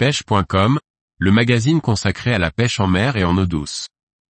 pêche.com, le magazine consacré à la pêche en mer et en eau douce.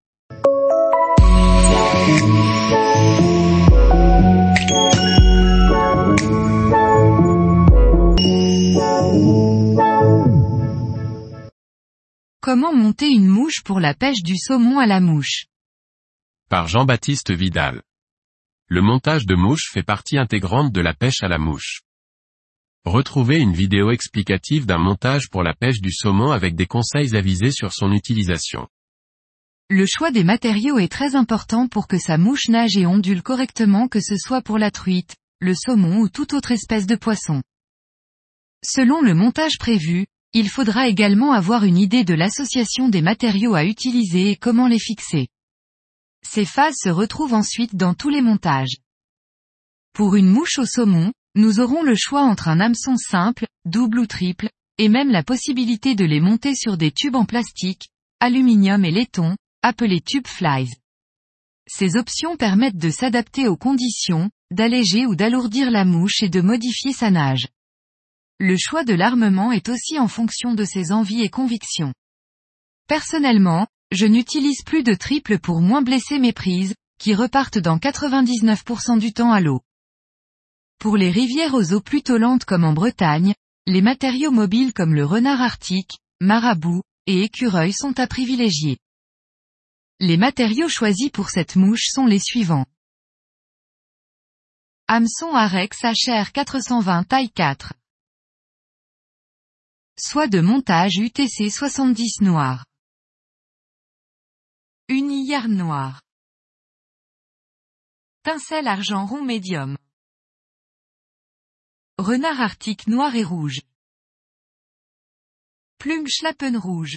Comment monter une mouche pour la pêche du saumon à la mouche? Par Jean-Baptiste Vidal. Le montage de mouche fait partie intégrante de la pêche à la mouche. Retrouvez une vidéo explicative d'un montage pour la pêche du saumon avec des conseils avisés sur son utilisation. Le choix des matériaux est très important pour que sa mouche nage et ondule correctement, que ce soit pour la truite, le saumon ou toute autre espèce de poisson. Selon le montage prévu, il faudra également avoir une idée de l'association des matériaux à utiliser et comment les fixer. Ces phases se retrouvent ensuite dans tous les montages. Pour une mouche au saumon, nous aurons le choix entre un hameçon simple, double ou triple, et même la possibilité de les monter sur des tubes en plastique, aluminium et laiton, appelés tube flies. Ces options permettent de s'adapter aux conditions, d'alléger ou d'alourdir la mouche et de modifier sa nage. Le choix de l'armement est aussi en fonction de ses envies et convictions. Personnellement, je n'utilise plus de triple pour moins blesser mes prises, qui repartent dans 99% du temps à l'eau. Pour les rivières aux eaux plutôt lentes comme en Bretagne, les matériaux mobiles comme le renard arctique, marabout, et écureuil sont à privilégier. Les matériaux choisis pour cette mouche sont les suivants. Hameçon Arex HR 420 taille 4. Soie de montage UTC 70 noir. Uni-yarn noir. Tincelle argent rond médium. Renard arctique noir et rouge. Plume schlappen rouge.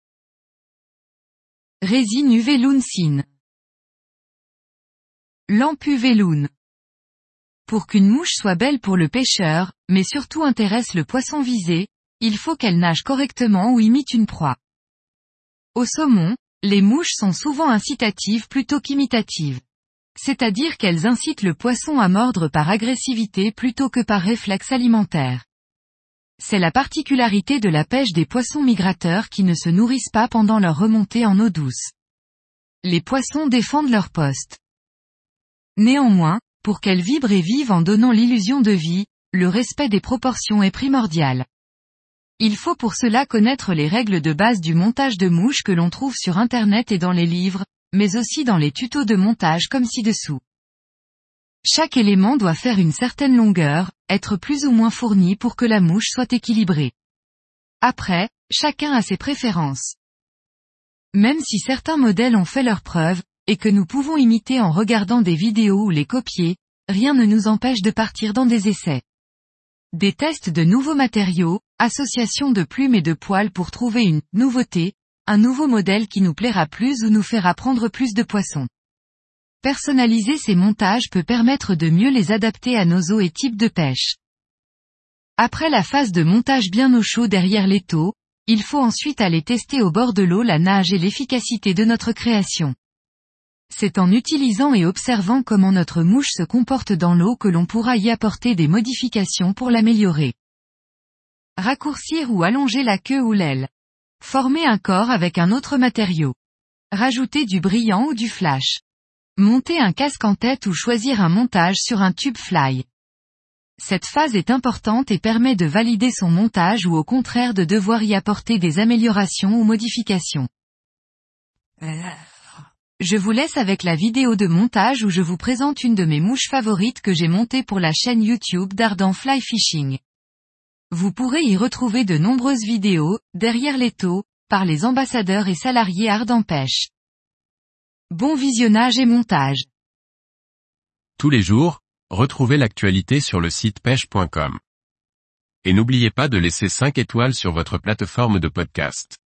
Résine UV Lunsin. Lampe UV Lun. Pour qu'une mouche soit belle pour le pêcheur, mais surtout intéresse le poisson visé, il faut qu'elle nage correctement ou imite une proie. Au saumon, les mouches sont souvent incitatives plutôt qu'imitatives. C'est-à-dire qu'elles incitent le poisson à mordre par agressivité plutôt que par réflexe alimentaire. C'est la particularité de la pêche des poissons migrateurs qui ne se nourrissent pas pendant leur remontée en eau douce. Les poissons défendent leur poste. Néanmoins, pour qu'elles vibrent et vivent en donnant l'illusion de vie, le respect des proportions est primordial. Il faut pour cela connaître les règles de base du montage de mouches que l'on trouve sur internet et dans les livres, mais aussi dans les tutos de montage comme ci-dessous. Chaque élément doit faire une certaine longueur, être plus ou moins fourni pour que la mouche soit équilibrée. Après, chacun a ses préférences. Même si certains modèles ont fait leurs preuves, et que nous pouvons imiter en regardant des vidéos ou les copier, rien ne nous empêche de partir dans des essais. Des tests de nouveaux matériaux, association de plumes et de poils pour trouver une nouveauté, un nouveau modèle qui nous plaira plus ou nous fera prendre plus de poissons. Personnaliser ces montages peut permettre de mieux les adapter à nos eaux et types de pêche. Après la phase de montage bien au chaud derrière l'étau, il faut ensuite aller tester au bord de l'eau la nage et l'efficacité de notre création. C'est en utilisant et observant comment notre mouche se comporte dans l'eau que l'on pourra y apporter des modifications pour l'améliorer. Raccourcir ou allonger la queue ou l'aile. Former un corps avec un autre matériau. Rajouter du brillant ou du flash. Monter un casque en tête ou choisir un montage sur un tube fly. Cette phase est importante et permet de valider son montage ou au contraire de devoir y apporter des améliorations ou modifications. Je vous laisse avec la vidéo de montage où je vous présente une de mes mouches favorites que j'ai montée pour la chaîne YouTube d'Ardent Fly Fishing. Vous pourrez y retrouver de nombreuses vidéos, derrière l'étau, par les ambassadeurs et salariés Ardent Pêche. Bon visionnage et montage. Tous les jours, retrouvez l'actualité sur le site pêche.com. Et n'oubliez pas de laisser 5 étoiles sur votre plateforme de podcast.